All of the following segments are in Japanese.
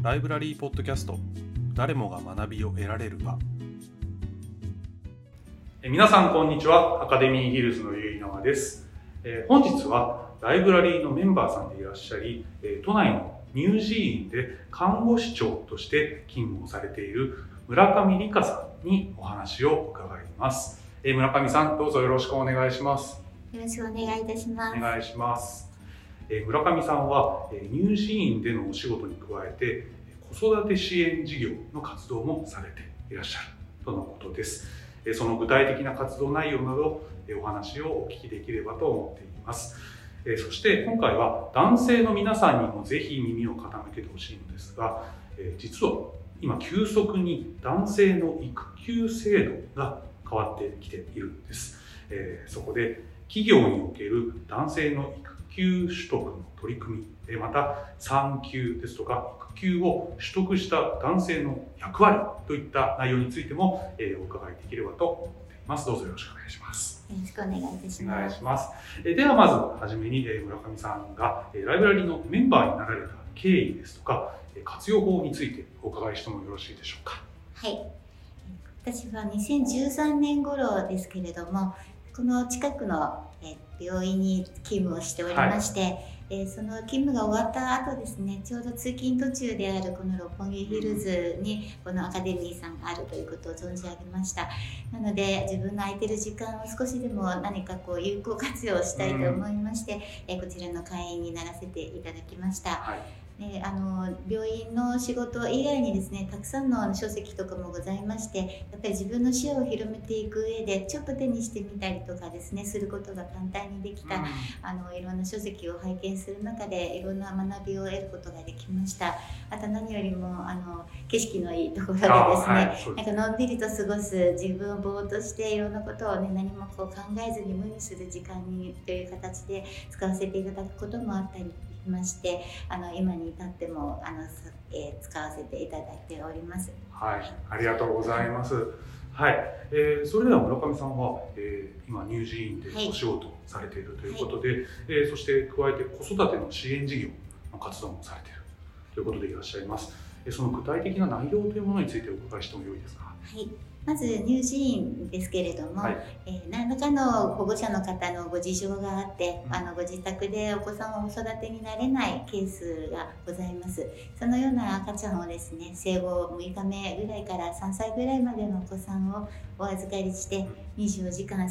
ライブラリーポッドキャスト、誰もが学びを得られる場。皆さんこんにちは。アカデミーヒルズの結菜です。本日はライブラリーのメンバーさんでいらっしゃり、都内の乳児院で看護師長として勤務をされている村上理香さんにお話を伺います。村上さん、どうぞよろしくお願いします。 よろしくお願いいたします。 お願いします。村上さんは乳児院でのお仕事に加えて子育て支援事業の活動もされていらっしゃるとのことです。その具体的な活動内容などお話をお聞きできればと思っています。そして今回は男性の皆さんにもぜひ耳を傾けてほしいのですが、実は今急速に男性の育休制度が変わってきているんです。そこで企業における男性の育休取得の取り組み、また産休ですとか育休を取得した男性の役割といった内容についてもお伺いできればと思っています。どうぞよろしくお願いします。 よろしくお願いいたします。 お願いします。ではまずはじめに村上さんがライブラリーのメンバーになられた経緯ですとか活用法についてお伺いしてもよろしいでしょうか。 はい。私は2013年頃ですけれども、この近くの病院に勤務をしておりまして、その勤務が終わった後ですね、ちょうど通勤途中であるこの六本木ヒルズにこのアカデミーさんがあるということを存じ上げました。なので自分の空いてる時間を少しでも何か有効活用したいと思いまして、こちらの会員にならせていただきました。はい。病院の仕事以外にですね、たくさんの書籍とかもございまして、やっぱり自分の視野を広めていく上でちょっと手にしてみたりとかですねすることが簡単にできた、いろんな書籍を拝見する中でいろんな学びを得ることができました。あと何よりも景色のいいところでですね、なんかのんびりと過ごす、自分をぼーっとしていろんなことをね何も考えずに無にする時間にという形で使わせていただくこともあったりまして、今に至っても使わせていただいております。 はい、ありがとうございます。はい、それでは村上さんは、今乳児院でお仕事をされているということで、そして加えて子育ての支援事業の活動もされているということでいらっしゃいます。その具体的な内容というものについてお伺いしてもよいですか。 はい。まず乳児院ですけれども、何らかの保護者の方のご事情があって、ご自宅でお子さんをお育てになれないケースがございます。そのような赤ちゃんをですね、生後6日目ぐらいから3歳ぐらいまでのお子さんをお預かりして、24時間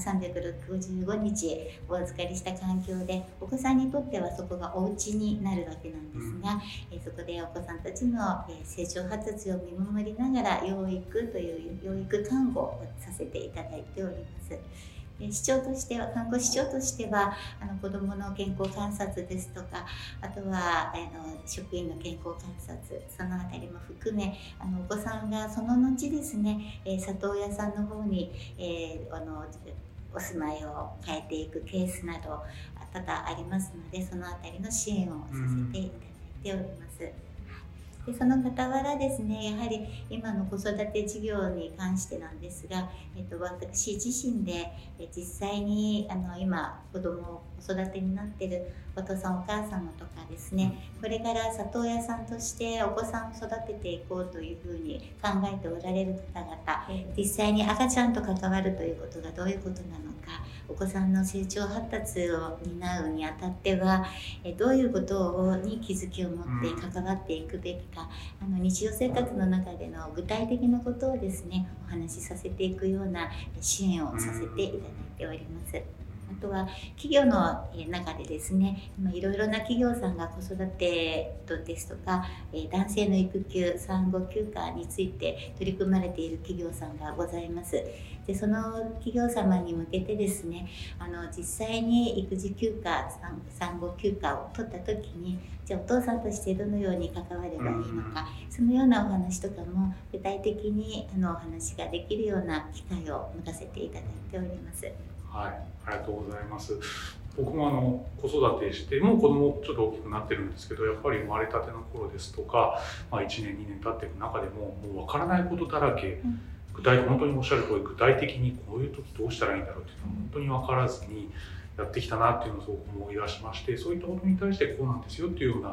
365日お預かりした環境で、お子さんにとってはそこがお家になるわけなんですが、そこでお子さんたちの成長発達を見守りながら養育という養育看護をさせていただいております。市長としては、看護師長としては子どもの健康観察ですとか、あとは職員の健康観察、そのあたりも含めお子さんがその後ですね、里親さんの方に、お住まいを変えていくケースなど多々ありますので、そのあたりの支援をさせていただいております。でその傍らですね、やはり今の子育て事業に関してなんですが、私自身で実際に今子供を子育てになっているお父さんお母様とかですね、これから里親さんとしてお子さんを育てていこうというふうに考えておられる方々、実際に赤ちゃんと関わるということがどういうことなのか、お子さんの成長発達を担うにあたってはどういうことに気づきを持って関わっていくべきか、日常生活の中での具体的なことをですねお話しさせていくような支援をさせていただいております。あとは企業の中でですね、いろいろな企業さんが子育てですとか男性の育休、産後休暇について取り組まれている企業さんがございます。でその企業様に向けてですね、実際に育児休暇、産後休暇を取った時に、じゃあお父さんとしてどのように関わればいいのか、そのようなお話とかも具体的にお話ができるような機会を持たせていただいております。 はい、ありがとうございます。僕も子育てして、もう子供ちょっと大きくなってるんですけど、やっぱり生まれたての頃ですとか、1年2年経っていく中でもう分からないことだらけ、本当におっしゃる通り具体的にこういう時どうしたらいいんだろうっていうのは本当に分からずにやってきたなっていうのをすごく思い出しまして、そういったことに対してこうなんですよっていうような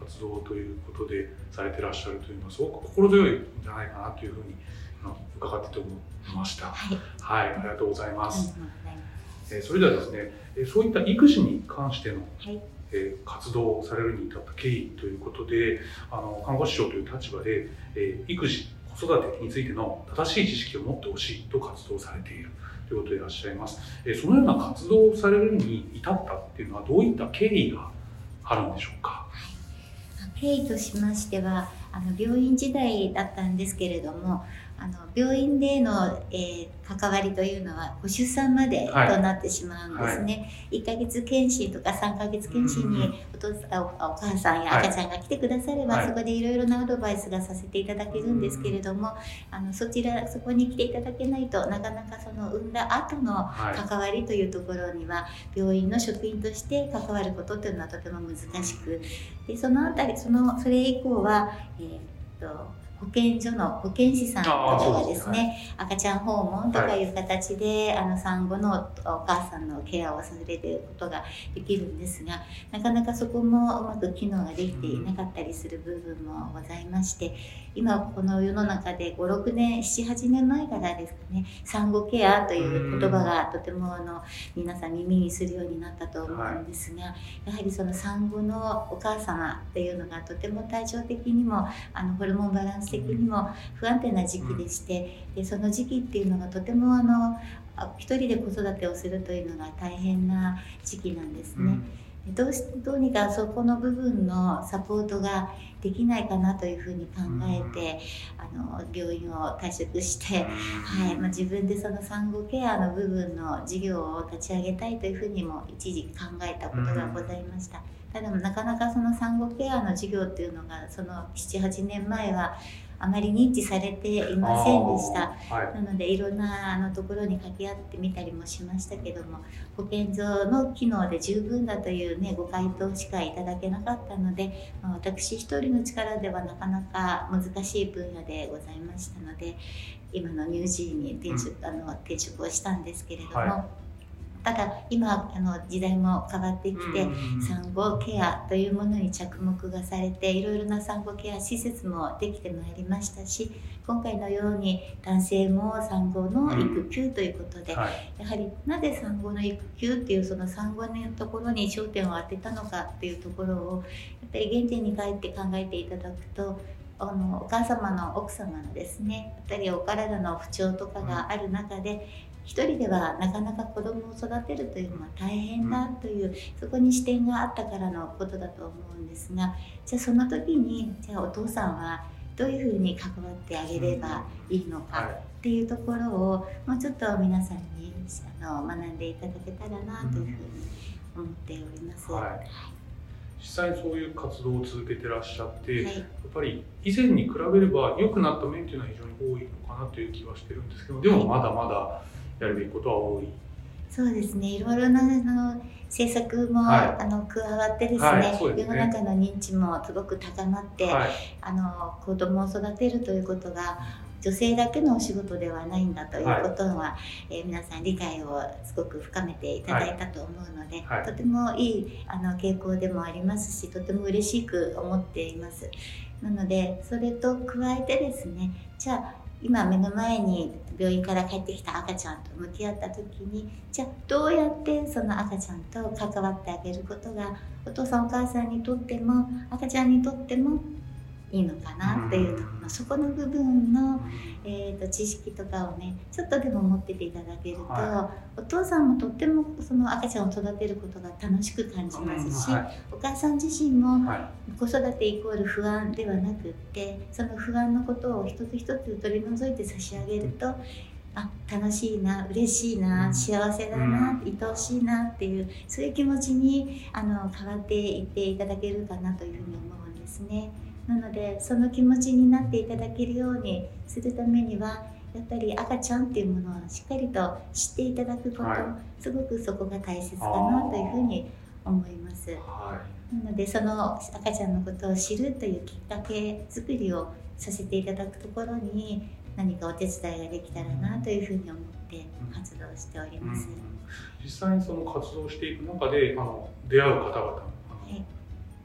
活動ということでされてらっしゃるというのはすごく心強いんじゃないかなというふうに伺ってて思いました。はい、はい、ありがとうございます。それではですね、そういった育児に関しての、活動をされるに至った経緯ということで、看護師長という立場で、育児子育てについての正しい知識を持ってほしいと活動されているということでいらっしゃいます。そのような活動をされるに至ったっていうのはどういった経緯があるんでしょうか。 経緯としましては、病院時代だったんですけれども、病院での、関わりというのはご出産までとなってしまうんですね。1ヶ月検診とか3ヶ月検診にお母さんや赤ちゃんが来てくだされば、そこでいろいろなアドバイスがさせていただけるんですけれども、そこに来ていただけないとなかなかその産んだ後の関わりというところには、病院の職員として関わることというのはとても難しく、でそれ以降は、保健所の保健師さんとかがですね、赤ちゃん訪問とかいう形で、産後のお母さんのケアをされることができるんですが、なかなかそこもうまく機能ができていなかったりする部分もございまして、今この世の中で5、6年、7、8年前からですかね、産後ケアという言葉がとても皆さん耳にするようになったと思うんですが、やはりその産後のお母様というのがとても体調的にもホルモンバランス的にも不安定な時期でして、でその時期っていうのがとても一人で子育てをするというのが大変な時期なんですね。どうにかそこの部分のサポートができないかなというふうに考えて、病院を退職して、自分でその産後ケアの部分の事業を立ち上げたいというふうにも一時考えたことがございました。ただなかなかその産後ケアの事業っていうのがその7、8年前はあまり認知されていませんでした。なのでいろんなところに掛け合ってみたりもしましたけども、保健所の機能で十分だというご回答しかいただけなかったので、私一人の力ではなかなか難しい分野でございましたので、今の乳児院に転職をしたんですけれども、ただ今時代も変わってきて、産後ケアというものに着目がされて、いろいろな産後ケア施設もできてまいりましたし、今回のように男性も産後の育休ということで、やはりなぜ産後の育休っていうその産後のところに焦点を当てたのかっていうところをやっぱり原点に帰って考えていただくと、お母様の奥様のですね、やっぱりお体の不調とかがある中で、一人ではなかなか子供を育てるというのは大変だという、そこに視点があったからのことだと思うんですが、じゃあその時にお父さんはどういうふうに関わってあげればいいのかっていうところをもうちょっと皆さんに学んでいただけたらなというふうに思っております。 実際にそういう活動を続けてらっしゃって、やっぱり以前に比べれば良くなった面というのは非常に多いのかなという気はしてるんですけど、でもまだまだやるべきことは多い。 そうですね、いろいろな政策も、加わってですね、世の中の認知もすごく高まって、子供を育てるということが女性だけのお仕事ではないんだということは、皆さん理解をすごく深めていただいたと思うので、とてもいい傾向でもありますし、とても嬉しく思っています。なのでそれと加えてですね、じゃあ今目の前に病院から帰ってきた赤ちゃんと向き合った時に、じゃあどうやってその赤ちゃんと関わってあげることがお父さんお母さんにとっても赤ちゃんにとってもいいのかなっていうところ、そこの部分の、知識とかをねちょっとでも持ってていただけると、お父さんもとってもその赤ちゃんを育てることが楽しく感じますし、お母さん自身も子育てイコール不安ではなくって、その不安のことを一つ一つ取り除いて差し上げると、楽しいな、嬉しいな、幸せだな、愛おしいなっていう、そういう気持ちに変わっていっていただけるかなというふうに思うんですね。なのでその気持ちになっていただけるようにするためには、やっぱり赤ちゃんっていうものをしっかりと知っていただくこと、すごくそこが大切かなというふうに思います。なのでその赤ちゃんのことを知るというきっかけ作りをさせていただくところに何かお手伝いができたらなというふうに思って活動しております。 実際にその活動していく中で出会う方々、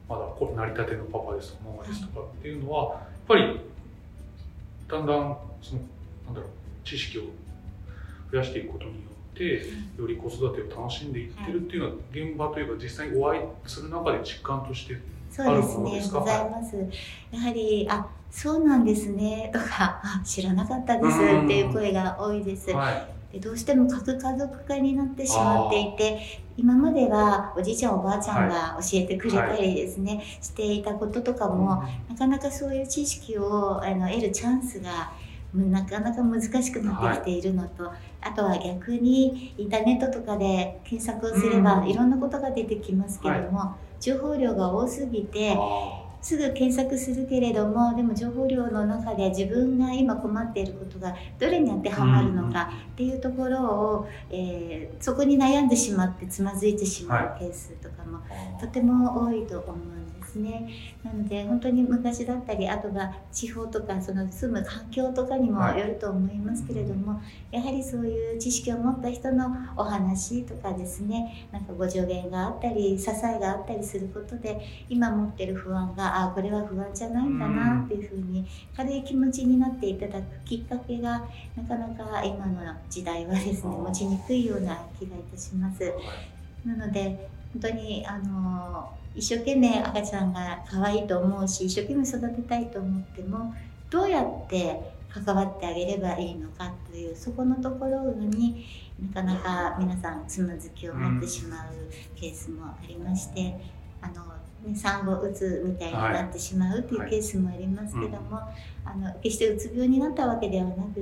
まだ成り立てのパパですとかママですとかっていうのは、やっぱりだんだんその知識を増やしていくことによってより子育てを楽しんでいってるっていうのは、現場というか実際にお会いする中で実感としてあるものですか？ そうですね、ございます。やはりそうなんですねとか知らなかったですっていう声が多いです。でどうしても核家族化になってしまっていて、今まではおじいちゃんおばあちゃんが教えてくれたりですね、していたこととかも、なかなかそういう知識を得るチャンスがなかなか難しくなってきているのと、あとは逆にインターネットとかで検索をすればいろんなことが出てきますけども、情報量が多すぎてすぐ検索するけれども、でも情報量の中で自分が今困っていることがどれに当てはまるのかっていうところを、そこに悩んでしまってつまずいてしまうケースとかもとても多いと思うんですね。なので本当に昔だったり、あとは地方とかその住む環境とかにもよると思いますけれども、やはりそういう知識を持った人のお話とかですね、ご助言があったり支えがあったりすることで、今持ってる不安がこれは不安じゃないんだなっていうふうに軽い気持ちになっていただくきっかけがなかなか今の時代はですね持ちにくいような気がいたします。なので本当に一生懸命赤ちゃんが可愛いと思うし、一生懸命育てたいと思ってもどうやって関わってあげればいいのかという、そこのところになかなか皆さんつまずきを持ってしまうケースもありまして、産後うつみたいになってしまうというケースもありますけども、決してうつ病になったわけではなくって、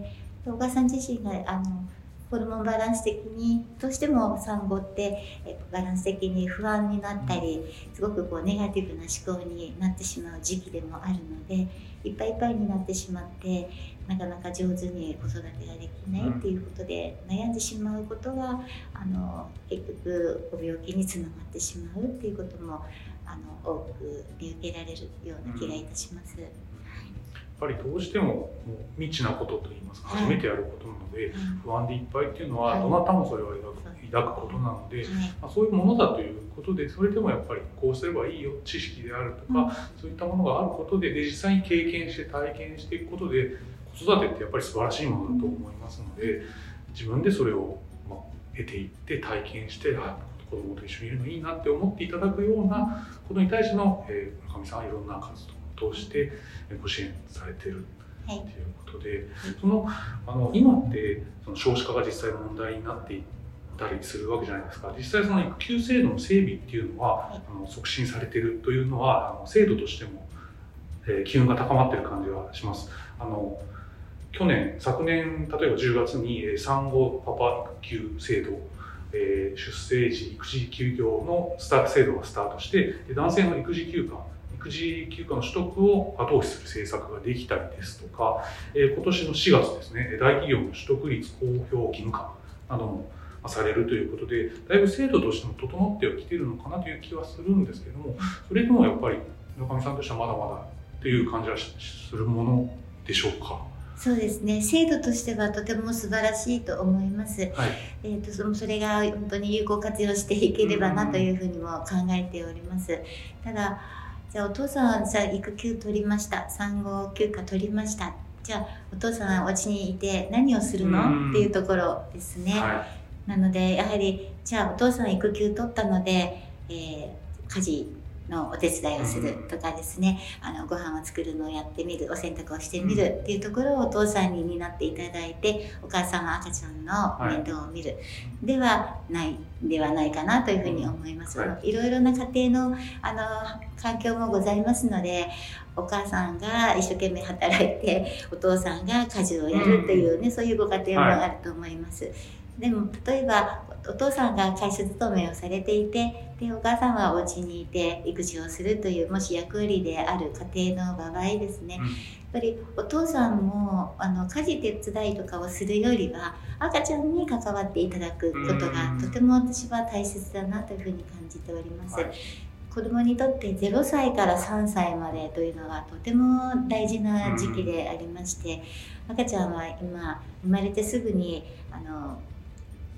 お母さん自身がホルモンバランス的にどうしても産後ってバランス的に不安になったり、すごくネガティブな思考になってしまう時期でもあるので、いっぱいいっぱいになってしまってなかなか上手に子育てができないっていうことで悩んでしまうことが結局ご病気につながってしまうっていうことも多く見受けられるような気がいたします。 やっぱりどうしても未知なことといいますか、初めてやることなので、不安でいっぱいっていうのはどなたもそれは抱くことなので、そういうものだということで、それでもやっぱりこうすればいいよ、知識であるとか、そういったものがあることで、実際に経験して体験していくことで、子育てってやっぱり素晴らしいものだと思いますので、自分でそれを得ていって体験して、子供と一緒にいるのいいなって思っていただくようなことに対しての村上さんはいろんな活動を通してご支援されているということで、今ってその少子化が実際問題になっていったりするわけじゃないですか。実際その育休制度の整備っていうのは促進されているというのは制度としても機運が高まっている感じがします。昨年例えば10月に産後パパ育休制度、出生時育児休業の制度がスタートして、男性の育児休暇の取得を後押しする政策ができたりですとか、今年の4月ですね、大企業の取得率公表義務化などもされるということで、だいぶ制度としても整ってはきているのかなという気はするんですけども、それでもやっぱり村上さんとしてはまだまだという感じはするものでしょうか？ そうですね、制度としてはとても素晴らしいと思います。それが本当に有効活用していければなというふうにも考えております。ただ、じゃあお父さん育休取りました、産後休暇取りました、じゃあお父さんお家にいて何をするのっていうところですね。なのでやはりじゃあお父さん育休取ったので、家事のお手伝いをするとかですね、ご飯を作るのをやってみる、お洗濯をしてみるっていうところをお父さんに担っていただいて、お母さんは赤ちゃんの面倒を見るではないかなというふうに思います。いろいろな家庭の環境もございますので、お母さんが一生懸命働いてお父さんが家事をやるっていうね、そういうご家庭もあると思います。でも例えばお父さんが会社勤めをされていて、でお母さんはお家にいて育児をするというもし役割である家庭の場合ですね、やっぱりお父さんも家事手伝いとかをするよりは赤ちゃんに関わっていただくことがとても私は大切だなというふうに感じております。子供にとって0歳から3歳までというのはとても大事な時期でありまして、赤ちゃんは今生まれてすぐに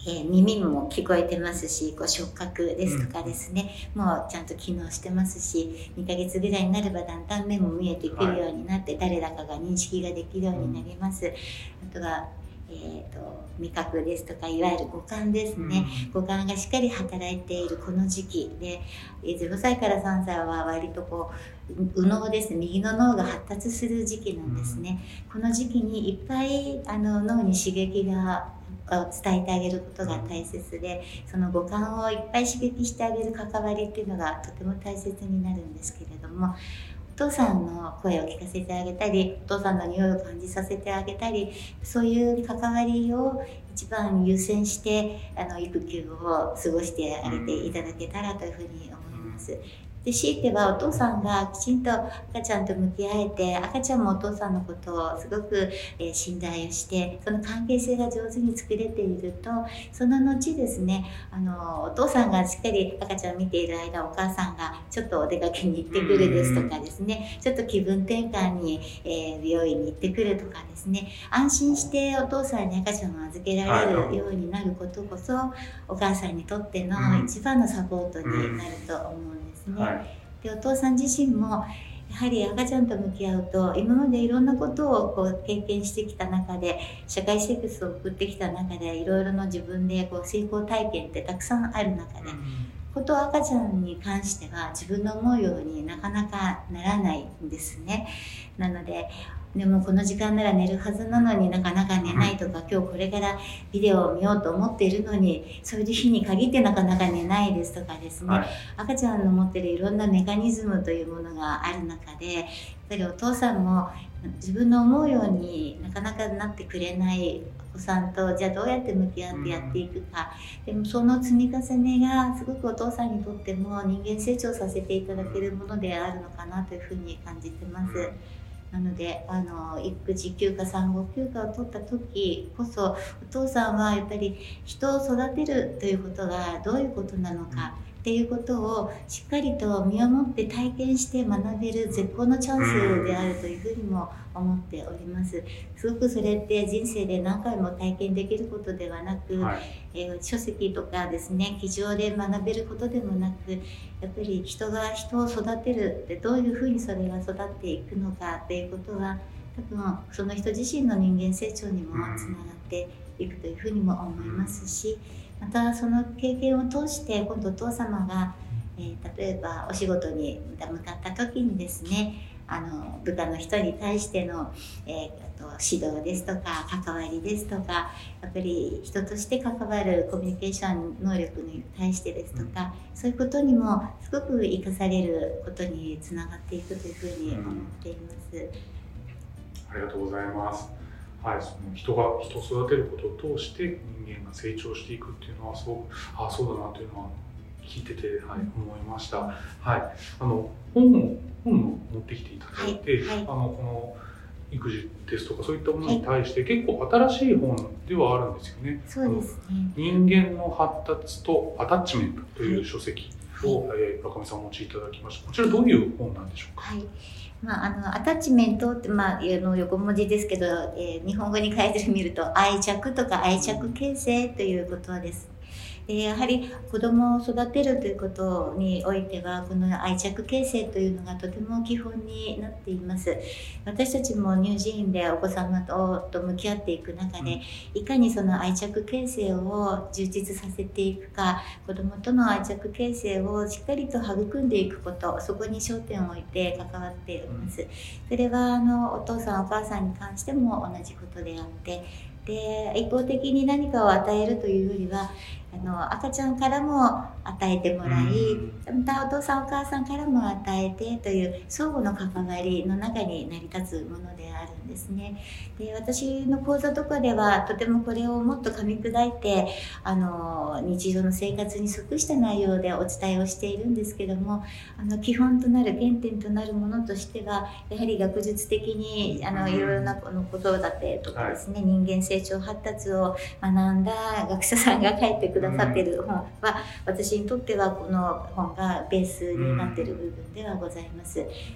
耳も聞こえてますし、触覚ですとかですね、もうちゃんと機能してますし、2ヶ月ぐらいになればだんだん目も見えてくるようになって、誰だかが認識ができるようになります。あとは味覚ですとか、いわゆる五感ですね、五感がしっかり働いているこの時期で、0歳から3歳は割と右脳ですね、右の脳が発達する時期なんですね。この時期にいっぱい脳に刺激が伝えてあげることが大切で、その五感をいっぱい刺激してあげる関わりっていうのがとても大切になるんですけれども、お父さんの声を聞かせてあげたり、お父さんの匂いを感じさせてあげたり、そういう関わりを一番優先して育休を過ごしてあげていただけたらというふうに思います。で、強いてはお父さんがきちんと赤ちゃんと向き合えて、赤ちゃんもお父さんのことをすごく信頼をして、その関係性が上手に作れていると、その後ですね、お父さんがしっかり赤ちゃんを見ている間、お母さんがちょっとお出かけに行ってくるですとかですね、ちょっと気分転換に美容院に行ってくるとかですね、安心してお父さんに赤ちゃんを預けられるようになることこそ、お母さんにとっての一番のサポートになると思うんですね。で、お父さん自身もやはり赤ちゃんと向き合うと、今までいろんなことを経験してきた中で、社会生活を送ってきた中で、いろいろな自分で成功体験ってたくさんある中で、こと赤ちゃんに関しては自分の思うようになかなかならないんですね。なのでもこの時間なら寝るはずなのになかなか寝ないとか、今日これからビデオを見ようと思っているのに、そういう日に限ってなかなか寝ないですとかですね、赤ちゃんの持っているいろんなメカニズムというものがある中で、やっぱりお父さんも自分の思うようになかなかなってくれないお子さんと、じゃあどうやって向き合ってやっていくか、でもその積み重ねがすごくお父さんにとっても人間成長させていただけるものであるのかなというふうに感じてます。なので育児休暇、産後休暇を取った時こそ、お父さんはやっぱり人を育てるということがどういうことなのかっていうことをしっかりと身をもって体験して学べる絶好のチャンスであるというふうにも思っております。すごくそれって人生で何回も体験できることではなく、書籍とかですね、記上で学べることでもなく、やっぱり人が人を育てるで、どういうふうにそれが育っていくのかっていうことは、多分その人自身の人間成長にもつながっていくというふうにも思いますし、またその経験を通して今度お父様が、例えばお仕事に向かった時にですね、部下の人に対しての、指導ですとか関わりですとか、やっぱり人として関わるコミュニケーション能力に対してですとか、そういうことにもすごく生かされることにつながっていくというふうに思っています。 ありがとうございます。その人を育てることを通して人間が成長していくっていうのはすごくそうだなというのは聞いてて、思いました。本を持ってきていただいて、この育児ですとかそういったものに対して結構新しい本ではあるんですよね。 そうですね。 人間の発達とアタッチメントという書籍を、村上さんお持ちいただきました。こちらどういう本なんでしょうか。 アタッチメントって、横文字ですけど、日本語に変えてみると愛着とか愛着形成ということです。やはり子供を育てるということにおいては、この愛着形成というのがとても基本になっています。私たちも乳児院でお子様と向き合っていく中で、いかにその愛着形成を充実させていくか、子供との愛着形成をしっかりと育んでいくこと、そこに焦点を置いて関わっております。それはお父さんお母さんに関しても同じことであって、で一方的に何かを与えるというよりは、赤ちゃんからも与えてもらい、またお父さんお母さんからも与えてという相互の関わりの中に成り立つものであるんですね。で、私の講座とかではとてもこれをもっと噛み砕いて日常の生活に即した内容でお伝えをしているんですけども、基本となる原点となるものとしては、やはり学術的にいろいろな子育てとかですね、人間成長発達を学んだ学者さんが書いてくださっている本は、私にとってはこの本がベースになっている部分ではございます。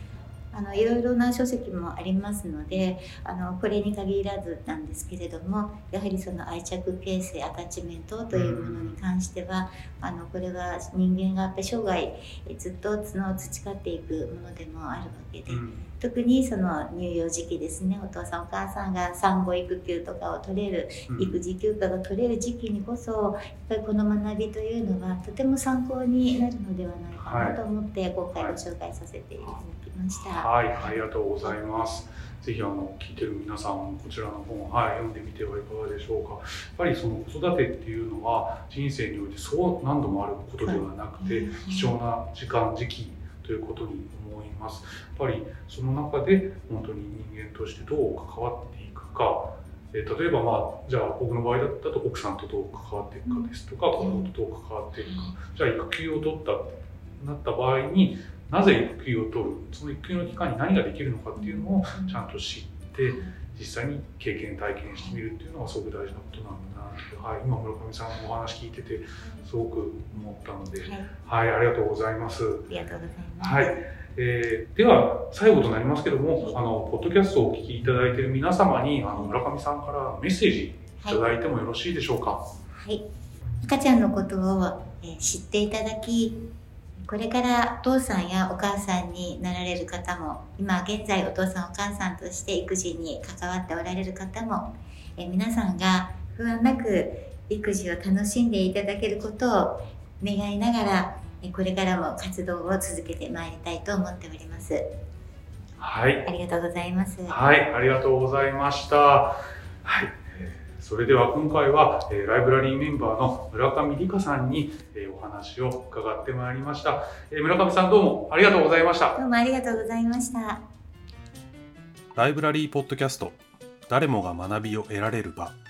いろいろな書籍もありますので、これに限らずなんですけれども、やはりその愛着形成、アタッチメントというものに関しては、これは人間がやっぱり生涯ずっと培っていくものでもあるわけで、特にその乳幼児期ですね、お父さんお母さんが産後育休とかを取れる、育児休暇が取れる時期にこそ、やっぱりこの学びというのはとても参考になるのではないかなと思って、今回ご紹介させていただきました。 はい、ありがとうございます。ぜひ聞いてる皆さんもこちらの本、読んでみてはいかがでしょうか。やっぱりその子育てっていうのは人生においてそう何度もあることではなくて、貴重な時期ということに思います。やっぱりその中で本当に人間としてどう関わっていくか、例えばじゃあ僕の場合だったと奥さんとどう関わっていくかですとか、子供とどう関わっていくか、じゃあ育休を取ったなった場合になぜ育休を取る、その育休の期間に何ができるのかっていうのをちゃんと知って実際に経験体験してみるっていうのはすごく大事なことなんだなと、今村上さんのお話聞いててすごく思ったので、ありがとうございます。 ありがとうございます。 では最後となりますけども、ポッドキャストをお聞きいただいている皆様に村上さんからメッセージいただいてもよろしいでしょうか。 はい、赤ちゃんのことを知っていただき、これからお父さんやお母さんになられる方も、今現在お父さんお母さんとして育児に関わっておられる方も、皆さんが不安なく育児を楽しんでいただけることを願いながら、これからも活動を続けてまいりたいと思っております。 はい、 ありがとうございます。 はい、ありがとうございました。はい、それでは今回はライブラリーメンバーの村上理香さんにお話を伺ってまいりました。村上さん、どうもありがとうございました。 どうもありがとうございました。 ライブラリーポッドキャスト、誰もが学びを得られる場。